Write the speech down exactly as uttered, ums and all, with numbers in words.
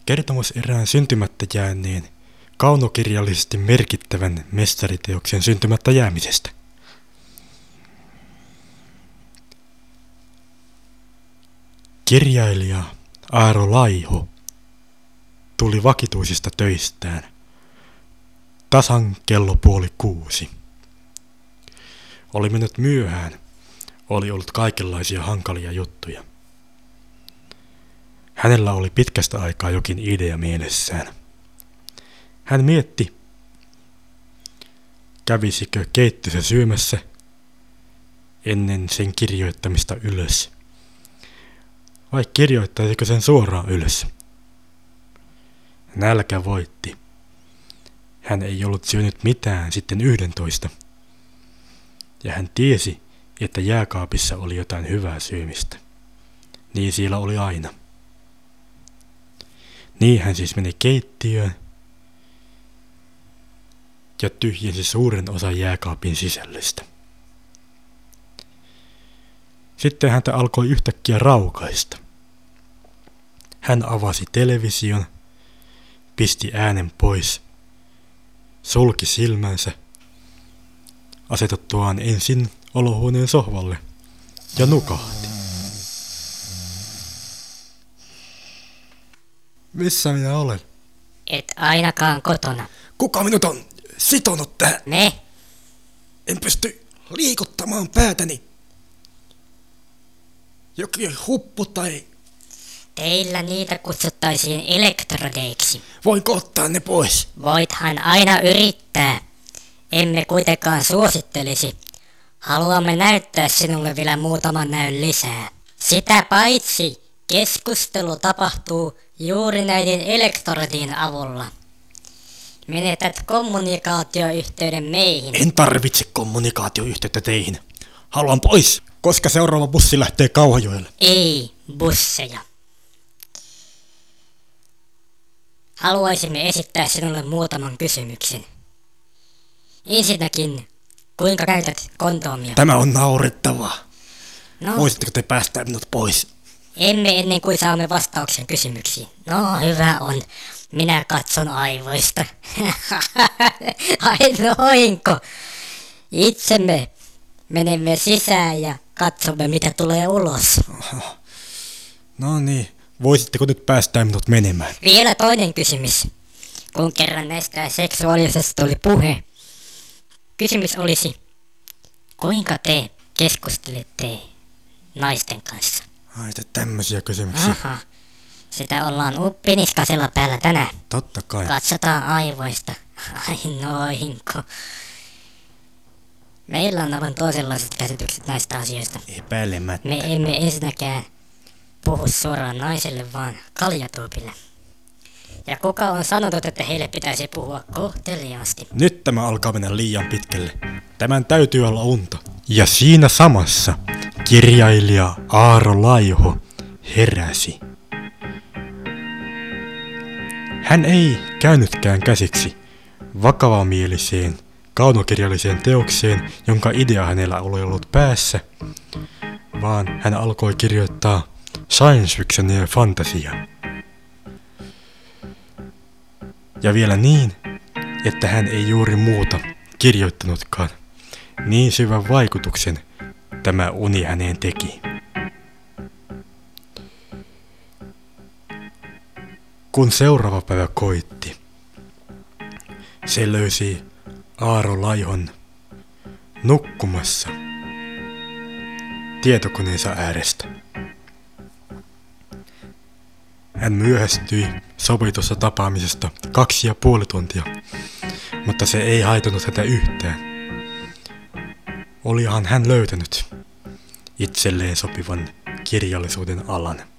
Kertomus erään syntymättä jääneen, kaunokirjallisesti merkittävän mestariteoksen syntymättä jäämisestä. Kirjailija Aaro Laiho tuli vakituisista töistään tasan kello puoli kuusi. Oli mennyt myöhään, oli ollut kaikenlaisia hankalia juttuja. Hänellä oli pitkästä aikaa jokin idea mielessään. Hän mietti, kävisikö keittiössä syömässä ennen sen kirjoittamista ylös, vai kirjoittaisiko sen suoraan ylös. Nälkä voitti. Hän ei ollut syönyt mitään sitten yhdentoista, ja hän tiesi, että jääkaapissa oli jotain hyvää syömistä. Niin siellä oli aina. Niin hän siis meni keittiöön ja tyhjensi suuren osan jääkaapin sisällöstä. Sitten häntä alkoi yhtäkkiä raukaista. Hän avasi television, pisti äänen pois, sulki silmänsä, asetuttuaan ensin olohuoneen sohvalle ja nukahti. Missä minä olen? Et ainakaan kotona. Kuka minut on sitonut tähän? Me? En pysty liikuttamaan päätäni. Jokin huppu tai... Teillä niitä kutsuttaisiin elektrodeiksi. Voinko ottaa ne pois? Voithan aina yrittää. Emme kuitenkaan suosittelisi. Haluamme näyttää sinulle vielä muutaman näyn lisää. Sitä paitsi keskustelu tapahtuu juuri näiden elektrodien avulla. Menetät kommunikaatioyhteyden meihin. En tarvitse kommunikaatioyhteyttä teihin. Haluan pois, koska seuraava bussi lähtee Kauhajoelle. Ei busseja. Haluaisimme esittää sinulle muutaman kysymyksen. Ensinnäkin, kuinka käytät kondoomia? Tämä on naurettavaa. No, Voisitteko te päästää minut pois? emme ennen kuin saamme vastauksen kysymyksiin. No, hyvä on. Minä katson aivoista. Ai noinko? Itsemme menemme sisään ja katsomme mitä tulee ulos. No niin, voisitteko nyt päästää minut menemään? Vielä toinen kysymys. Kun kerran näistä seksuaalisesta oli puhe. Kysymys olisi, kuinka te keskustelette naisten kanssa? Ai te tämmösiä kysymyksiä. Aha, sitä ollaan uppiniskasella päällä tänään. Totta kai. Katsotaan aivoista. Ai noinko. Meillä on aivan toisenlaiset käsitykset näistä asioista. Epäilemättä. Me emme ensinnäkään puhu suoraan naiselle, vaan kaljatuopille. Ja kuka on sanonut, että heille pitäisi puhua kohteliaasti? Nyt tämä alkaa mennä liian pitkälle. Tämän täytyy olla unta. Ja siinä samassa kirjailija Aaro Laiho heräsi. Hän ei käynytkään käsiksi vakavamieliseen, kaunokirjalliseen teokseen, jonka idea hänellä oli ollut päässä, vaan hän alkoi kirjoittaa science fictionia ja fantasiaa. Ja vielä niin, että hän ei juuri muuta kirjoittanutkaan. Niin syvän vaikutuksen tämä uni häneen teki. Kun seuraava päivä koitti, se löysi Aaro Laihon nukkumassa tietokoneensa äärestä. Hän myöhästyi sovitussa tapaamisesta kaksi ja puoli tuntia, mutta se ei haitanut häntä yhtään. Olihan hän löytänyt itselleen sopivan kirjallisuuden alan.